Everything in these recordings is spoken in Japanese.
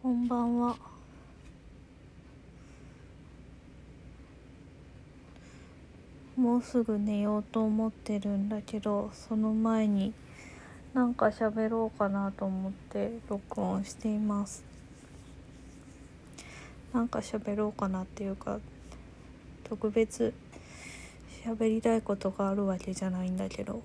こんばんは。もうすぐ寝ようと思ってるんだけど、その前になんか喋ろうかなと思って録音しています。なんか喋ろうかなっていうか、特別喋りたいことがあるわけじゃないんだけど、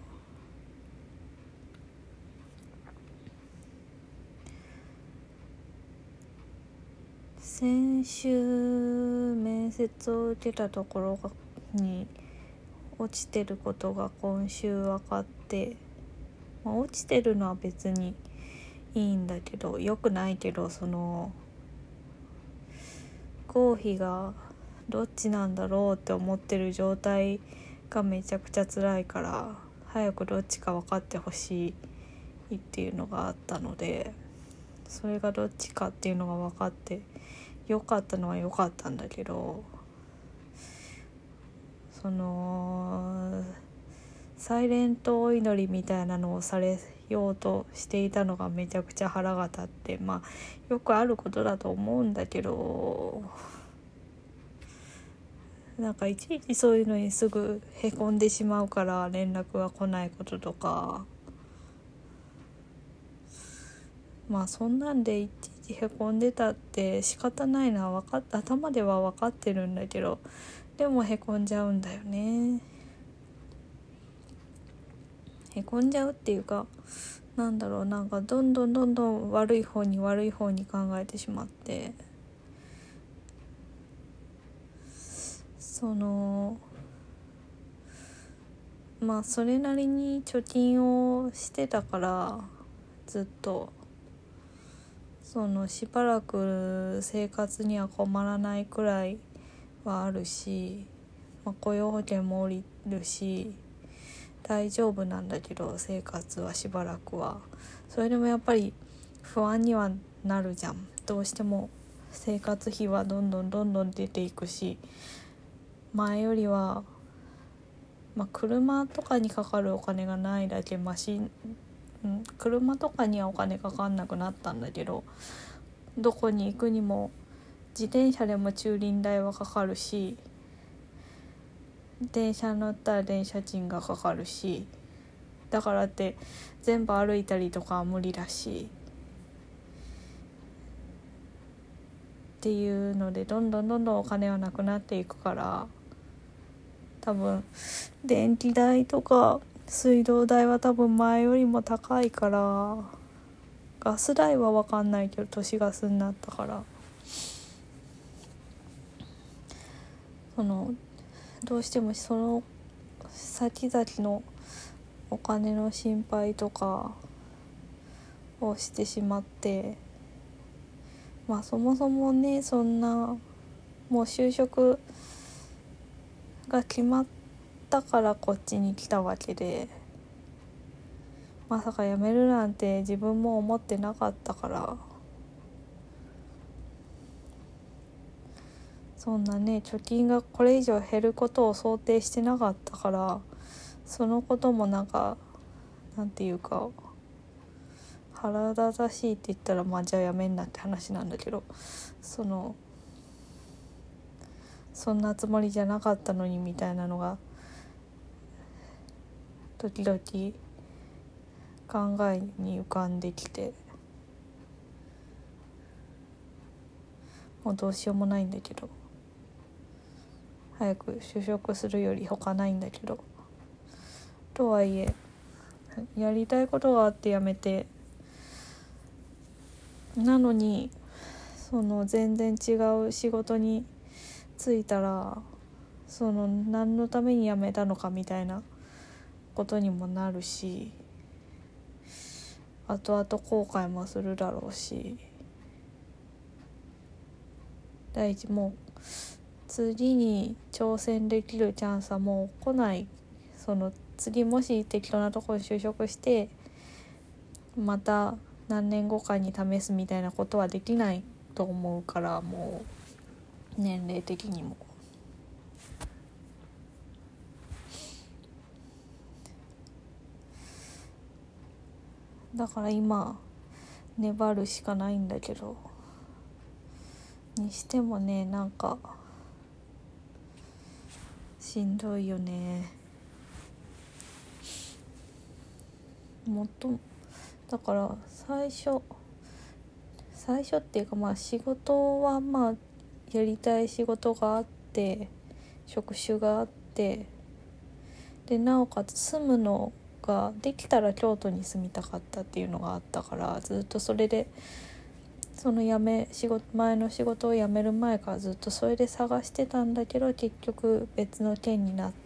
先週面接を受けたところに落ちてることが今週分かって、落ちてるのは別にいいんだけど、良くないけど、その合否がどっちなんだろうって思ってる状態がめちゃくちゃ辛いから、早くどっちか分かってほしいっていうのがあったので、それがどっちかっていうのが分かって良かったのは良かったんだけど、そのサイレントお祈りみたいなのをされようとしていたのがめちゃくちゃ腹が立って、よくあることだと思うんだけど、なんかいちいちそういうのにすぐへこんでしまうから連絡が来ないこととか、そんなんでいちいちへこんでたって仕方ないのは頭では分かってるんだけど、でもへこんじゃうんだよね。へこんじゃうっていうか、なんかどんどん悪い方に考えてしまって、それなりに貯金をしてたから、ずっとしばらく生活には困らないくらいはあるし、雇用保険も下りるし大丈夫なんだけど、生活はしばらくはそれでもやっぱり不安にはなるじゃん。どうしても生活費はどんどん出ていくし、前よりは車とかにかかるお金がないだけ車とかにはお金かかんなくなったんだけど、どこに行くにも自転車でも駐輪代はかかるし、電車乗ったら電車賃がかかるし、だからって全部歩いたりとかは無理だしっていうので、どんどんお金はなくなっていくから、多分電気代とか水道代は多分前よりも高いから、ガス代は分かんないけど都市ガスになったから、どうしてもその先々のお金の心配とかをしてしまって、そもそもね、そんなもう就職が決まったからこっちに来たわけで、まさか辞めるなんて自分も思ってなかったから、そんなね、貯金がこれ以上減ることを想定してなかったから、そのこともなんていうか腹立たしいって言ったらじゃあやめんなって話なんだけど、そんなつもりじゃなかったのにみたいなのが時々考えに浮かんできて、もうどうしようもないんだけど、早く就職するより他ないんだけど、とはいえやりたいことがあって辞めて、なのに全然違う仕事に就いたら、何のために辞めたのかみたいなことにもなるし、後々後悔もするだろうし、第一もう次に挑戦できるチャンスはもう来ない。次もし適当なところに就職してまた何年後かに試すみたいなことはできないと思うから、もう年齢的にもだから今粘るしかないんだけど、 にしてもね、なんかしんどいよね。もっとだから最初っていうか、まあ仕事はまあやりたい仕事があって、職種があって、でなおかつ住むのができたら京都に住みたかったっていうのがあったから、ずっとそれでその前の仕事を辞める前からずっとそれで探してたんだけど、結局別の県になって、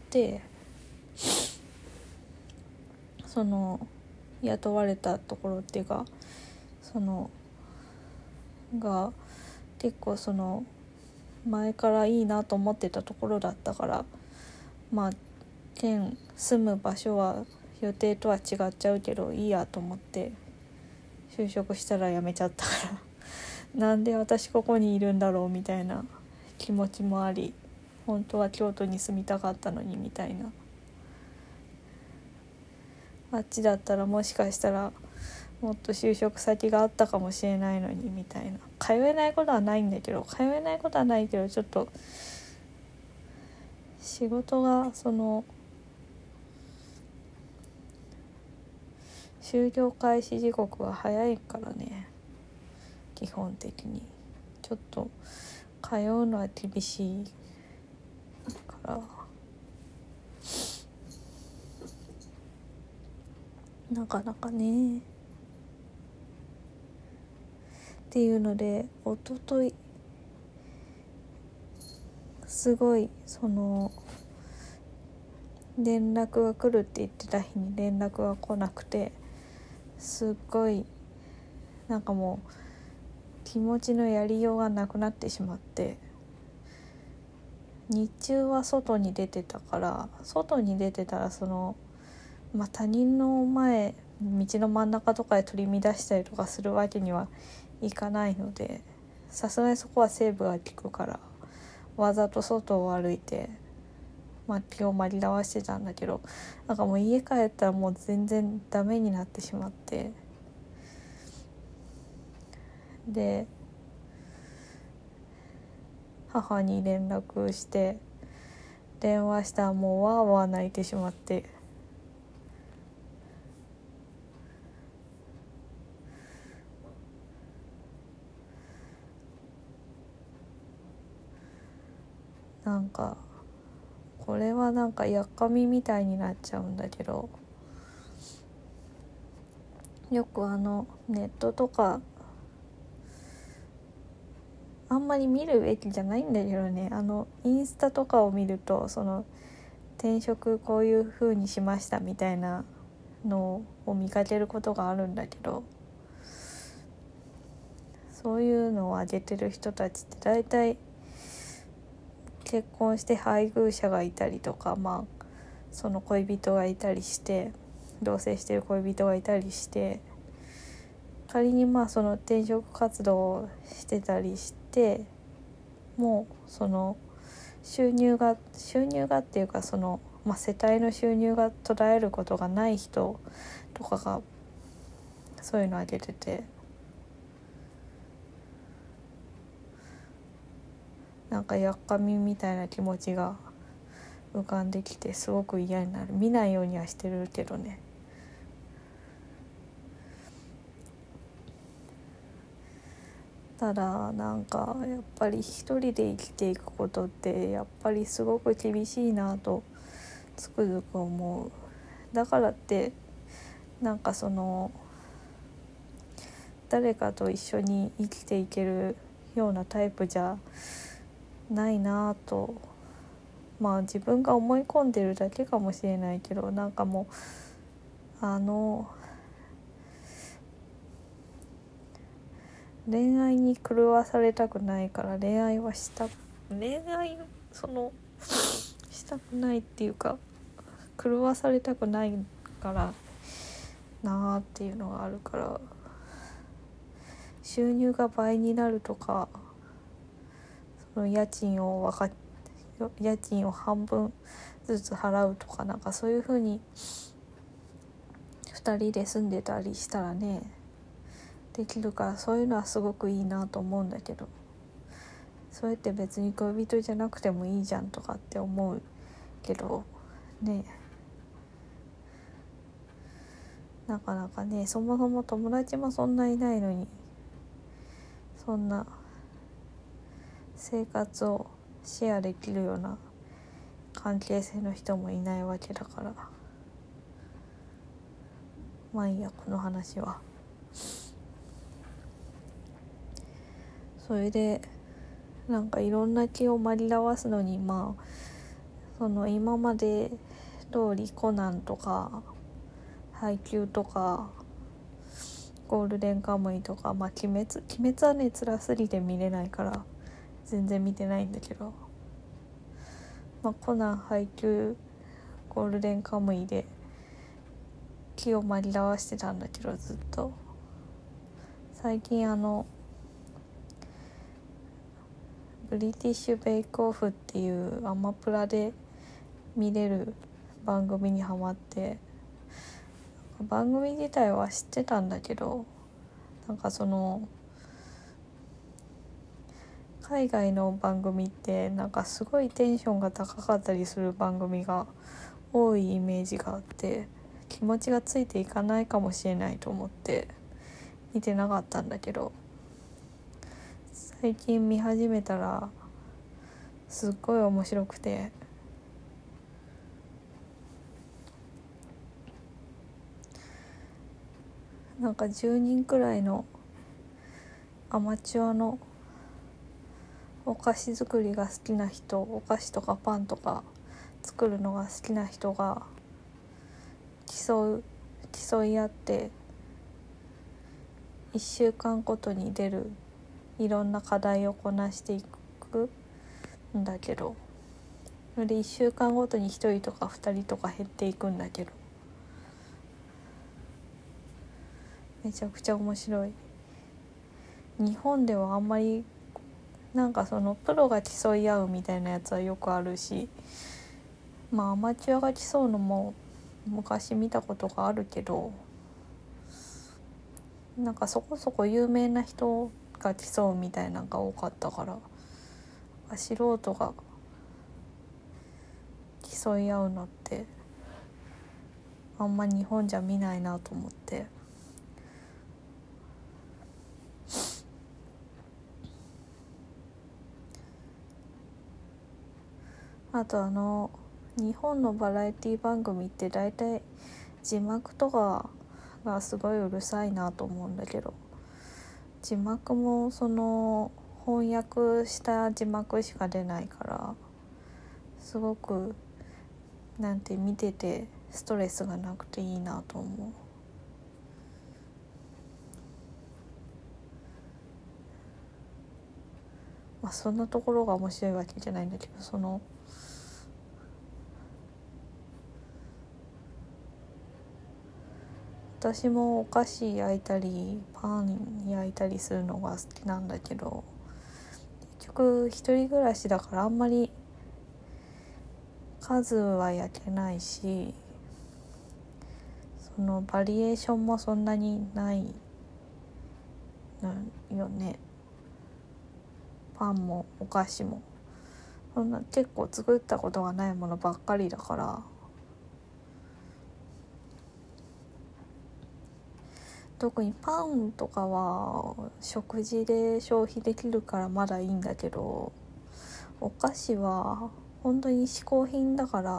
その雇われたところっていうか、そのが結構その前からいいなと思ってたところだったから、まあ住む場所は予定とは違っちゃうけどいいやと思って就職したら辞めちゃったからなんで私ここにいるんだろうみたいな気持ちもあり、本当は京都に住みたかったのにみたいな、あっちだったらもしかしたらもっと就職先があったかもしれないのにみたいな。通えないことはないけどちょっと仕事がその就業開始時刻は早いからね、基本的にちょっと通うのは厳しいからなかなかねっていうので、一昨日すごいその連絡が来るって言ってた日に連絡が来なくて、すっごいなんかもう気持ちのやりようがなくなってしまって、日中は外に出てたらその、まあ、他人の前道の真ん中とかで取り乱したりとかするわけにはいかないので、さすがにそこはセーブが効くからわざと外を歩いて気を紛らわしてたんだけど、なんかもう家帰ったらもう全然ダメになってしまって、で母に連絡して電話したらもうわーわー泣いてしまって、なんかこれはなんかやっかみみたいになっちゃうんだけど、よくネットとかあんまり見るべきじゃないんだけどね、インスタとかを見るとその転職こういう風にしましたみたいなのを見かけることがあるんだけど、そういうのを上げてる人たちって大体結婚して配偶者がいたりとか、まあその恋人がいたりして、同棲してる恋人がいたりして、仮にまあその転職活動をしてたりして、もうその収入がっていうかその、まあ、世帯の収入が途絶えることがない人とかがそういうのあげてて、なんかやっかみみたいな気持ちが浮かんできてすごく嫌になる。見ないようにはしてるけどね。ただなんかやっぱり一人で生きていくことってやっぱりすごく厳しいなとつくづく思う。だからってなんかその誰かと一緒に生きていけるようなタイプじゃないなと、まあ自分が思い込んでるだけかもしれないけど、なんかもう恋愛に狂わされたくないから恋愛したくないっていうか、狂わされたくないからなーっていうのがあるから、収入が倍になるとか、その家賃を半分ずつ払うとか、なんかそういう風に2人で住んでたりしたらねできるから、そういうのはすごくいいなと思うんだけど、 それって別に恋人じゃなくてもいいじゃんとかって思うけどね、なかなかね、そもそも友達もそんないないのに、そんな生活をシェアできるような関係性の人もいないわけだから、まあいいや、この話は。それでなんかいろんな気を紛らわすのに、まあその今まで通りコナンとか配給とかゴールデンカムイとか、まあ鬼滅はね辛すぎて見れないから全然見てないんだけど、まあコナン配給ゴールデンカムイで気を紛らわしてたんだけど、ずっと最近ブリティッシュベイクオフっていうアマプラで見れる番組にハマって、番組自体は知ってたんだけど、なんかその海外の番組ってなんかすごいテンションが高かったりする番組が多いイメージがあって、気持ちがついていかないかもしれないと思って見てなかったんだけど、最近見始めたらすっごい面白くて、なんか10人くらいのアマチュアのお菓子作りが好きな人、お菓子とかパンとか作るのが好きな人が競い合って1週間ごとに出るいろんな課題をこなしていくんだけど、それで1週間ごとに1人とか2人とか減っていくんだけど、めちゃくちゃ面白い。日本ではあんまりなんかそのプロが競い合うみたいなやつはよくあるし、まあアマチュアが競うのも昔見たことがあるけど、なんかそこそこ有名な人が競うみたいなのが多かったから、素人が競い合うのってあんま日本じゃ見ないなと思って。あと日本のバラエティ番組って大体字幕とかがすごいうるさいなと思うんだけど、字幕もその翻訳した字幕しか出ないから、すごく見ててストレスがなくていいなと思う。まあそんなところが面白いわけじゃないんだけど、私もお菓子焼いたりパン焼いたりするのが好きなんだけど、結局一人暮らしだからあんまり数は焼けないし、そのバリエーションもそんなにないのよね。パンもお菓子もそんな結構作ったことがないものばっかりだから、特にパンとかは食事で消費できるからまだいいんだけど、お菓子は本当に嗜好品だから、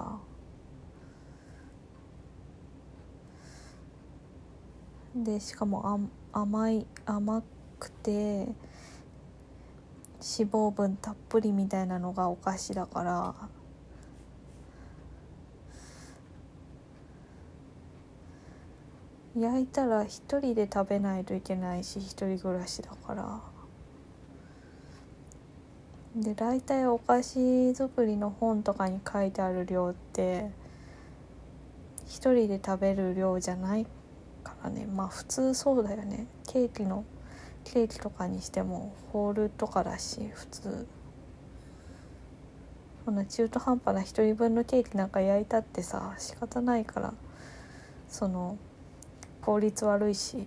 でしかも甘くて脂肪分たっぷりみたいなのがお菓子だから、焼いたら一人で食べないといけないし、一人暮らしだから。で大体お菓子作りの本とかに書いてある量って一人で食べる量じゃないからね。まあ普通そうだよね。ケーキとかにしてもホールとかだし、普通そんな中途半端な一人分のケーキなんか焼いたってさ仕方ないから、その効率悪いし。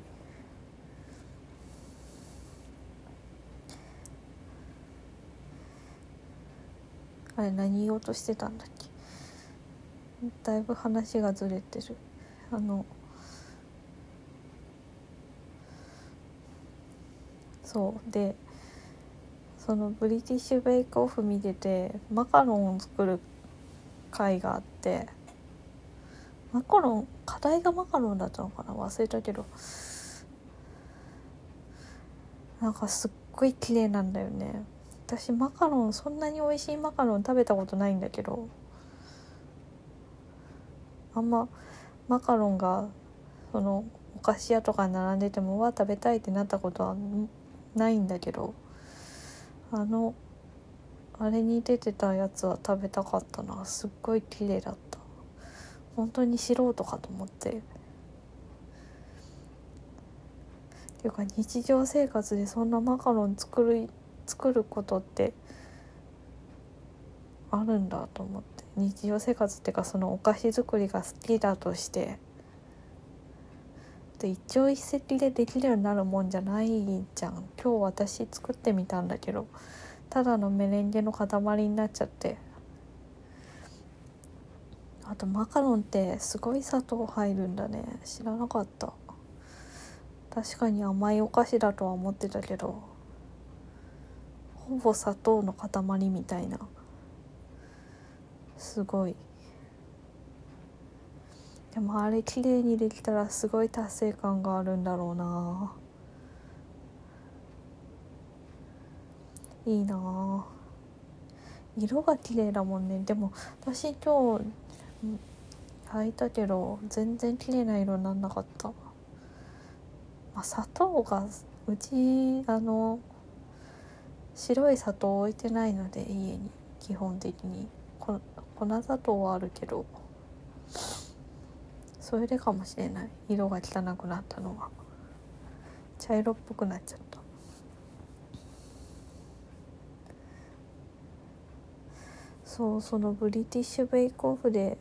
あれ何言おうとしてたんだっけ。だいぶ話がずれてる。そうで、そのブリティッシュベイクオフ見ててマカロンを作る会があって、課題がマカロンだったのかな、忘れたけど、なんかすっごい綺麗なんだよね。私マカロン、そんなに美味しいマカロン食べたことないんだけど、あんまマカロンがそのお菓子屋とかに並んでても食べたいってなったことはないんだけど、あれに出てたやつは食べたかったな。すっごい綺麗だった。本当に素人かと思って。っていうか日常生活でそんなマカロン作ることってあるんだと思って。日常生活っていうか、そのお菓子作りが好きだとしてで、一朝一夕でできるようになるもんじゃないじゃん。今日私作ってみたんだけど、ただのメレンゲの塊になっちゃって。あとマカロンってすごい砂糖入るんだね。知らなかった。確かに甘いお菓子だとは思ってたけど、ほぼ砂糖の塊みたいな。すごい。でもあれ綺麗にできたらすごい達成感があるんだろうな。いいな。色が綺麗だもんね。でも私今日履いたけど全然綺麗な色になんなかった。砂糖がうち白い砂糖置いてないので、家に基本的に粉砂糖はあるけど、それでかもしれない。色が汚くなったのは。茶色っぽくなっちゃった。そう、そのブリティッシュベイクオフで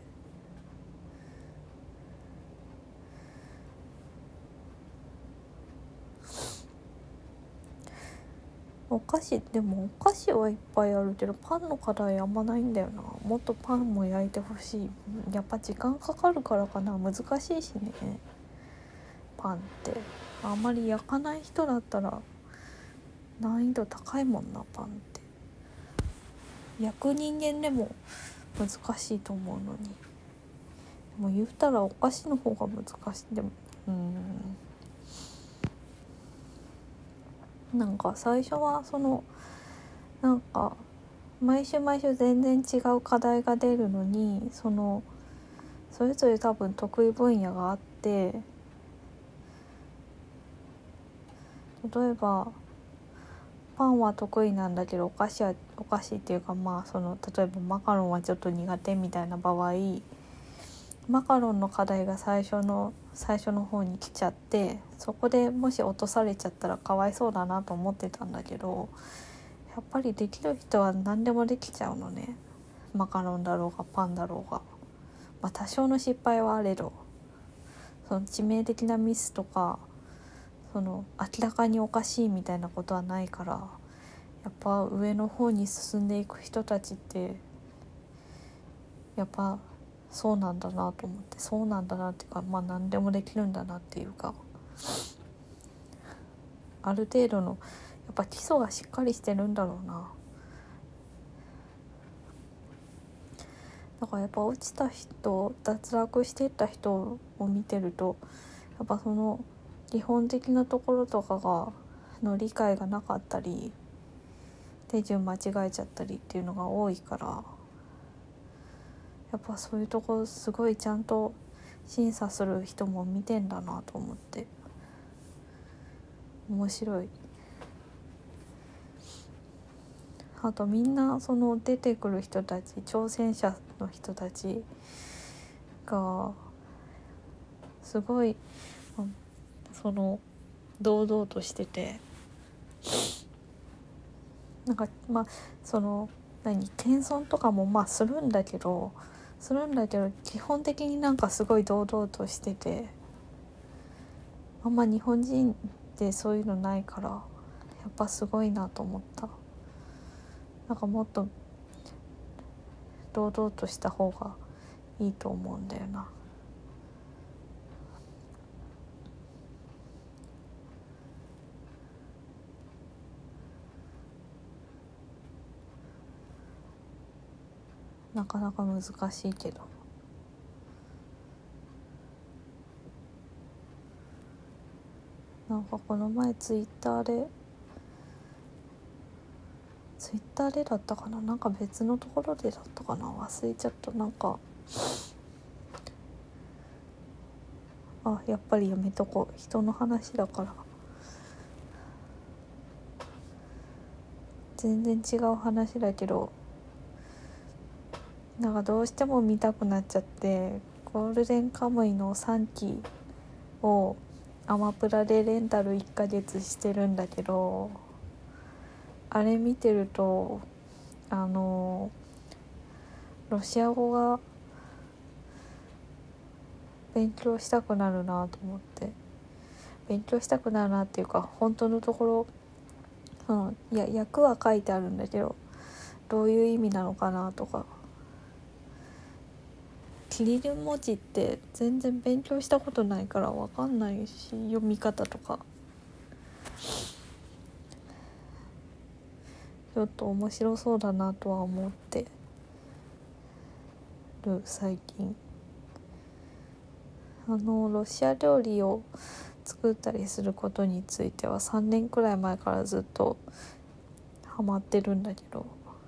お菓子はいっぱいあるけど、パンの課題あんまないんだよな。もっとパンも焼いてほしい。やっぱ時間かかるからかな。難しいしね、パンって。あんまり焼かない人だったら難易度高いもんな、パンって。焼く人間でも難しいと思うのに。でも言ったらお菓子の方が難しい。でもなんか最初はなんか毎週全然違う課題が出るのに、それぞれ多分得意分野があって、例えばパンは得意なんだけどお菓子っていうか、例えばマカロンはちょっと苦手みたいな場合、マカロンの課題が最初の方に来ちゃって、そこでもし落とされちゃったらかわいそうだなと思ってたんだけど、やっぱりできる人は何でもできちゃうのね。マカロンだろうがパンだろうが。多少の失敗はあれど、その致命的なミスとか明らかにおかしいみたいなことはないから、やっぱ上の方に進んでいく人たちってやっぱそうなんだなと思って。そうなんだなっていうか、何でもできるんだなっていうか、ある程度のやっぱ基礎がしっかりしてるんだろうな。だからやっぱ落ちた人、脱落していった人を見てると、やっぱ基本的なところとかの理解がなかったり、手順間違えちゃったりっていうのが多いから、やっぱそういうところすごいちゃんと審査する人も見てんだなと思って、面白い。あとみんな出てくる人たち、挑戦者の人たちがすごい堂々としてて、なんか謙遜とかもするんだけど基本的になんかすごい堂々としてて、あんま日本人ってそういうのないから、やっぱすごいなと思った。なんかもっと堂々とした方がいいと思うんだよな。なかなか難しいけど、なんかこの前ツイッターでだったかな、なんか別のところでだったかな、忘れちゃった。なんかやっぱりやめとこう、人の話だから。全然違う話だけど、なんかどうしても見たくなっちゃって、ゴールデンカムイの3期をアマプラでレンタル1ヶ月してるんだけど、あれ見てるとロシア語が勉強したくなるなと思って、勉強したくなるなっていうか、本当のところ、訳は書いてあるんだけど、どういう意味なのかなとか、キリル文字って全然勉強したことないから分かんないし、読み方とかちょっと面白そうだなとは思ってる最近。ロシア料理を作ったりすることについては3年くらい前からずっとハマってるんだけど、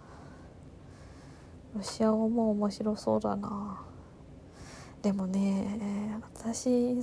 ロシア語も面白そうだな。でもね、私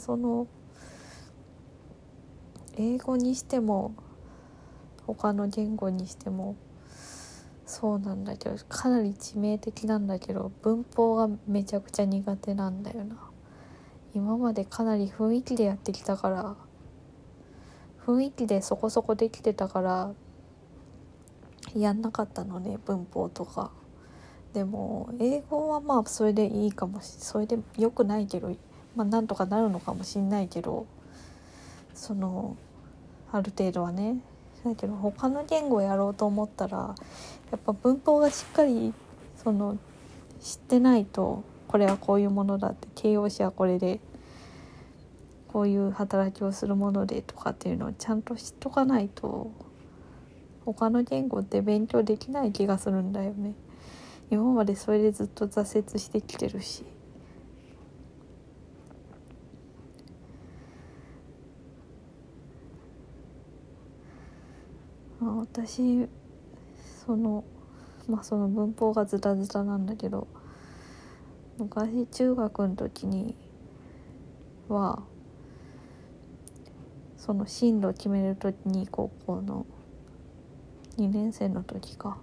英語にしても他の言語にしてもそうなんだけど、かなり致命的なんだけど、文法がめちゃくちゃ苦手なんだよな。今までかなり雰囲気でやってきたから、雰囲気でそこそこできてたからやんなかったのね、文法とか。でも英語はまあそれでいいかもそれで良くないけど、なんとかなるのかもしんないけど、ある程度はね。だけど他の言語をやろうと思ったら、やっぱ文法がしっかり知ってないと、これはこういうものだって、形容詞はこれでこういう働きをするものでとかっていうのをちゃんと知っとかないと、他の言語って勉強できない気がするんだよね。今までそれでずっと挫折してきてるし。私その文法がズタズタなんだけど、昔中学の時には進路決める時に、高校の2年生の時か、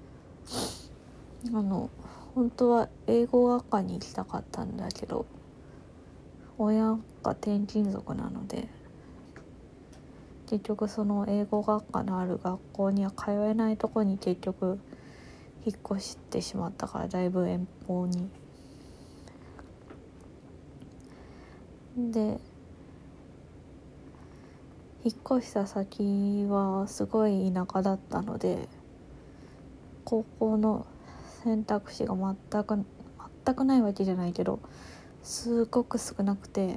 本当は英語学科に行きたかったんだけど、親が転勤族なので結局英語学科のある学校には通えないとこに結局引っ越してしまったから、だいぶ遠方に。で引っ越した先はすごい田舎だったので、高校の選択肢が全くないわけじゃないけど、すごく少なくて、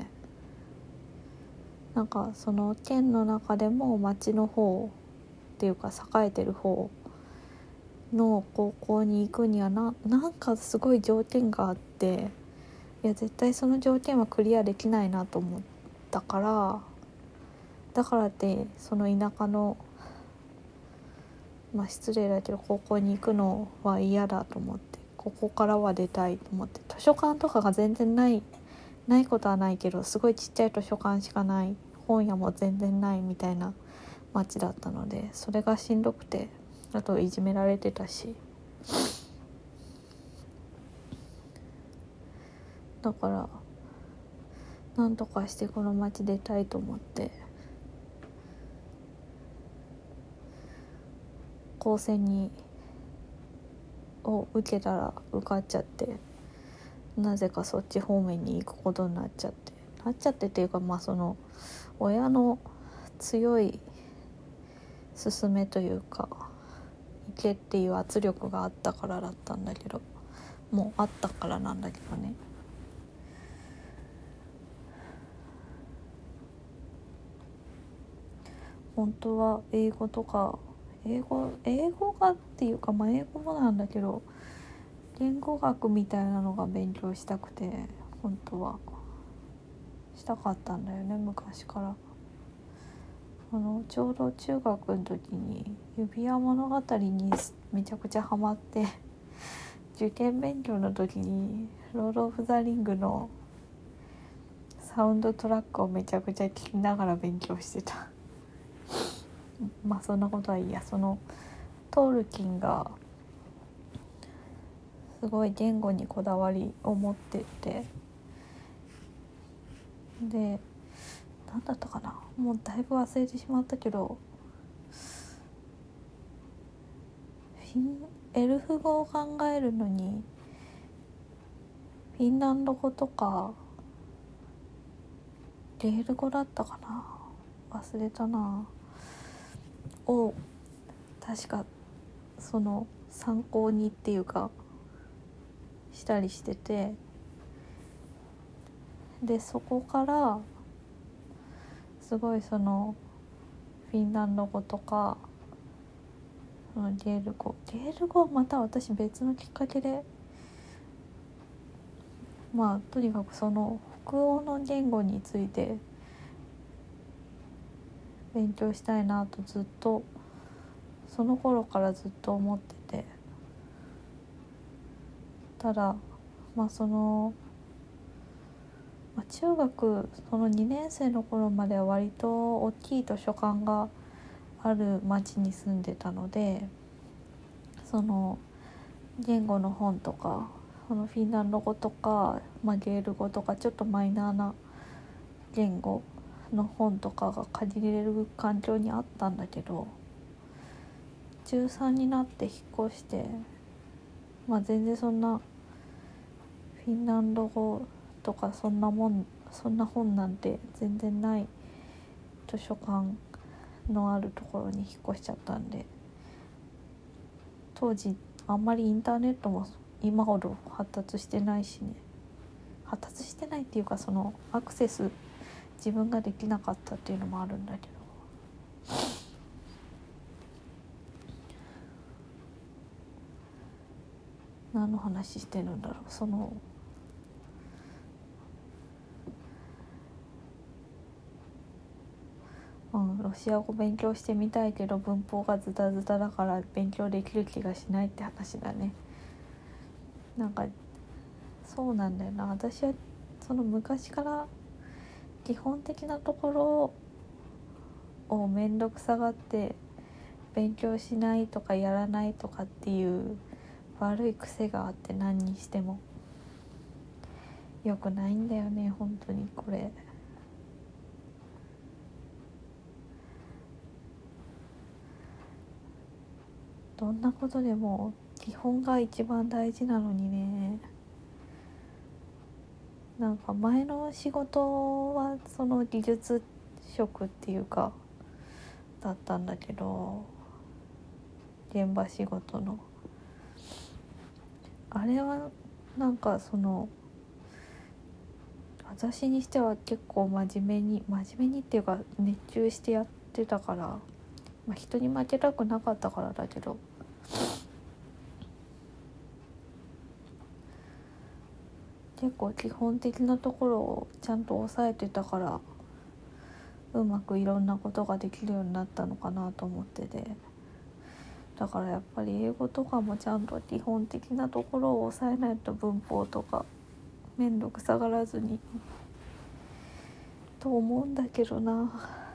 なんか県の中でも町の方っていうか栄えてる方の高校に行くにはなんかすごい条件があって、いや絶対その条件はクリアできないなと思ったから、だからってその田舎の失礼だけど高校に行くのは嫌だと思って、ここからは出たいと思って、図書館とかが全然ないことはないけど、すごいちっちゃい図書館しかない、本屋も全然ないみたいな町だったので、それがしんどくて、あといじめられてたし、だからなんとかしてこの町出たいと思って高専を受けたら受かっちゃって、なぜかそっち方面に行くことになっちゃってっていうか、親の強い勧めというか、行けっていう圧力があったからだったんだけど、 もあったからなんだけどね。本当は英語とか英語がっていうか、英語もなんだけど言語学みたいなのが勉強したくて、本当はしたかったんだよね、昔から。ちょうど中学の時に指輪物語にめちゃくちゃハマって受験勉強の時にロード・オブ・ザ・リングのサウンドトラックをめちゃくちゃ聴きながら勉強してたそんなことはいいや。トールキンがすごい言語にこだわりを持ってて、で何だったかな、もうだいぶ忘れてしまったけど、エルフ語を考えるのにフィンランド語とかゲール語だったかな、忘れたな、を確か参考にっていうかしたりしてて、でそこからすごいフィンランド語とかゲール語はまた私別のきっかけで、とにかく北欧の言語について勉強したいなとずっとその頃からずっと思ってて、ただ中学2年生の頃までは割と大きい図書館がある町に住んでたので、言語の本とかフィンランド語とか、ゲール語とかちょっとマイナーな言語の本とかが借りれる環境にあったんだけど、中3になって引っ越して、全然そんなフィンランド語とかそんな本なんて全然ない図書館のあるところに引っ越しちゃったんで、当時あんまりインターネットも今ほど発達してないしね、発達してないっていうかアクセス自分ができなかったっていうのもあるんだけど、何の話してるんだろう。ロシア語勉強してみたいけど文法がズタズタだから勉強できる気がしないって話だね。そうなんだよな。私は昔から基本的なところをめんどくさがって勉強しないとかやらないとかっていう悪い癖があって、何にしても良くないんだよね、本当にこれ。どんなことでも基本が一番大事なのにね。前の仕事は技術職っていうかだったんだけど、現場仕事のあれは私にしては結構真面目にっていうか熱中してやってたから、人に負けたくなかったからだけど、結構基本的なところをちゃんと押さえてたから、うまくいろんなことができるようになったのかなと思ってて、だからやっぱり英語とかもちゃんと基本的なところを押さえないと文法とかめんどくさがらずにと思うんだけどな。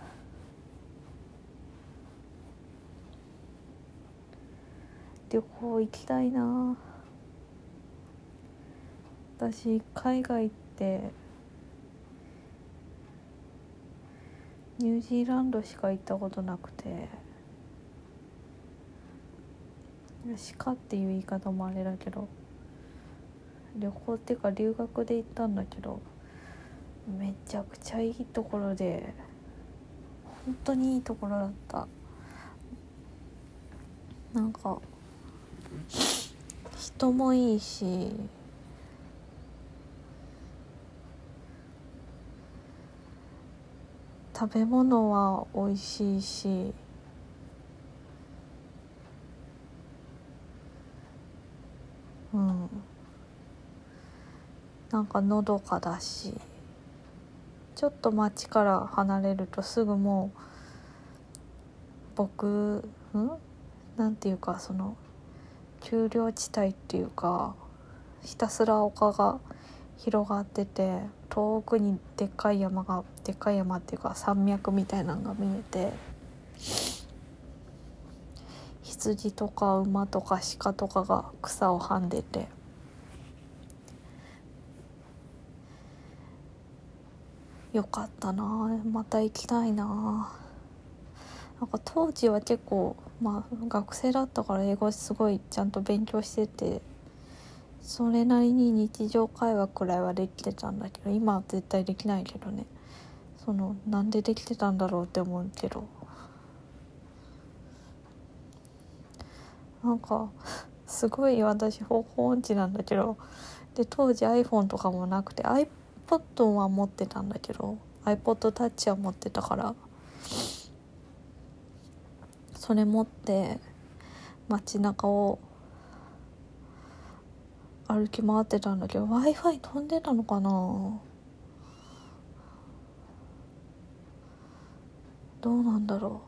旅行行きたいな。私海外ってニュージーランドしか行ったことなくて、しかっていう言い方もあれだけど、旅行っていうか留学で行ったんだけど、めちゃくちゃいいところで、本当にいいところだった。 人もいいし、食べ物は美味しいし、なんかのどかだし、ちょっと街から離れるとすぐもうなんていうか、その丘陵地帯っていうか、ひたすら丘が広がってて、遠くにでっかい山っていうか山脈みたいなのが見えて、羊とか馬とか鹿とかが草をはんでて、よかったな。また行きたいな。なんか当時は結構学生だったから英語すごいちゃんと勉強してて、それなりに日常会話くらいはできてたんだけど、今は絶対できないけどね。なんでできてたんだろうって思うけど、なんかすごい私方向音痴なんだけど、で当時 iPhone とかもなくて iPod は持ってたんだけど iPod Touch は持ってたから、それ持って街中を歩き回ってたんだけど、 Wi-Fi 飛んでたのかな、どうなんだろ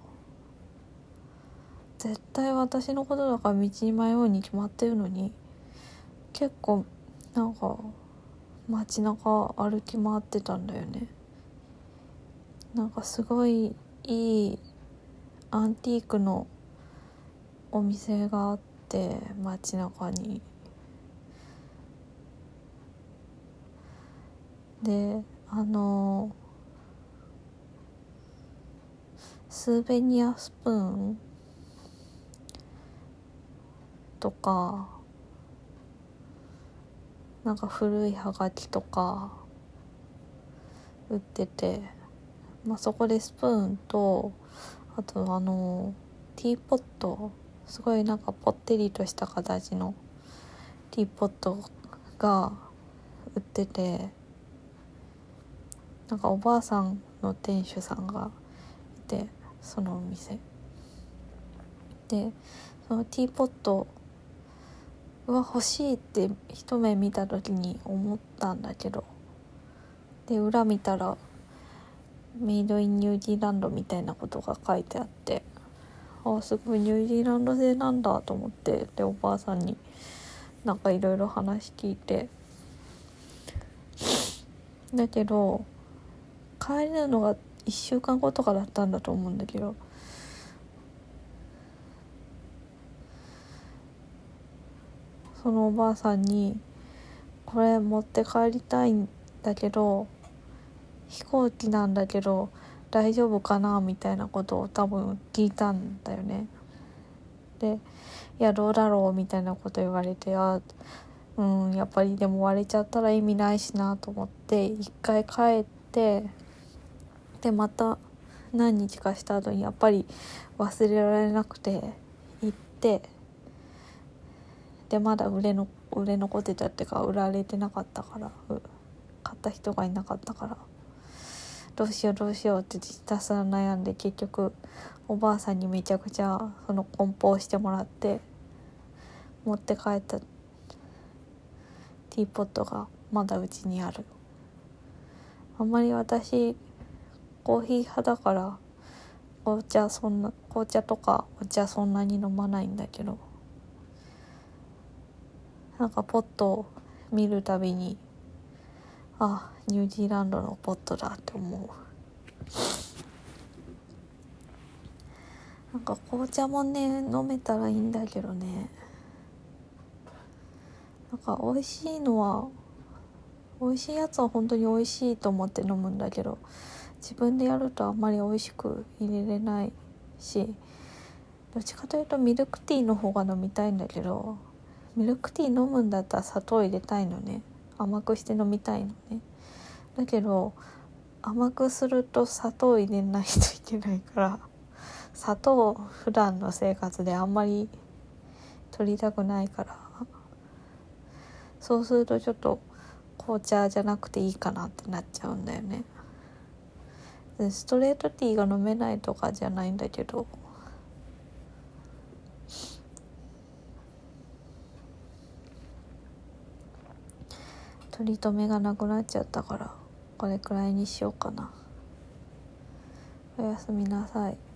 う。絶対私のことだから道に迷うに決まってるのに、結構なんか街中歩き回ってたんだよね。なんかすごいいいアンティークのお店があって、街中に。でスーベニアスプーンとか、なんか古いはがきとか売ってて、そこでスプーンと、あとティーポット、すごいなんかぽってりとした形のティーポットが売ってて、なんかおばあさんの店主さんがいて、そのお店で、そのティーポットは欲しいって一目見た時に思ったんだけど、で裏見たらメイドインニュージーランドみたいなことが書いてあって、すごいニュージーランド製なんだと思って、でおばあさんになんかいろいろ話聞いて、だけど帰るのが1週間後とかだったんだと思うんだけど、そのおばあさんにこれ持って帰りたいんだけど、飛行機なんだけど大丈夫かなみたいなことを多分聞いたんだよね。で、いやどうだろうみたいなこと言われて、やっぱりでも割れちゃったら意味ないしなと思って一回帰って、でまた何日かした後にやっぱり忘れられなくて行って、でまだ売れ残ってたっていうか売られてなかったから、買った人がいなかったから、どうしようってひたすら悩んで、結局おばあさんにめちゃくちゃその梱包してもらって持って帰ったティーポットがまだうちにある。あんまり私コーヒー派だから紅茶とかお茶そんなに飲まないんだけど、なんかポットを見るたびにニュージーランドのポットだって思う。なんか紅茶もね飲めたらいいんだけどね、なんか美味しいやつは本当に美味しいと思って飲むんだけど、自分でやるとあんまり美味しく入れれないし、どっちかというとミルクティーの方が飲みたいんだけど、ミルクティー飲むんだったら砂糖入れたいのね、甘くして飲みたいのね。だけど甘くすると砂糖入れないといけないから、砂糖普段の生活であんまり取りたくないから、 そうするとちょっと紅茶じゃなくていいかなってなっちゃうんだよね。でストレートティーが飲めないとかじゃないんだけど、取り留めがなくなっちゃったからこれくらいにしようかな。おやすみなさい。